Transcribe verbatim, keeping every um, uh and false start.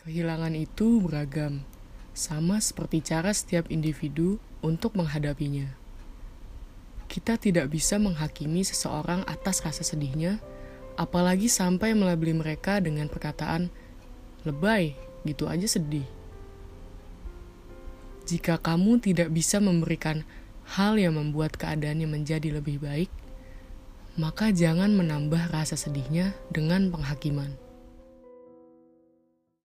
Kehilangan itu beragam, sama seperti cara setiap individu untuk menghadapinya. Kita tidak bisa menghakimi seseorang atas rasa sedihnya, apalagi sampai melabeli mereka dengan perkataan, lebay, gitu aja sedih. Jika kamu tidak bisa memberikan hal yang membuat keadaannya menjadi lebih baik, maka jangan menambah rasa sedihnya dengan penghakiman.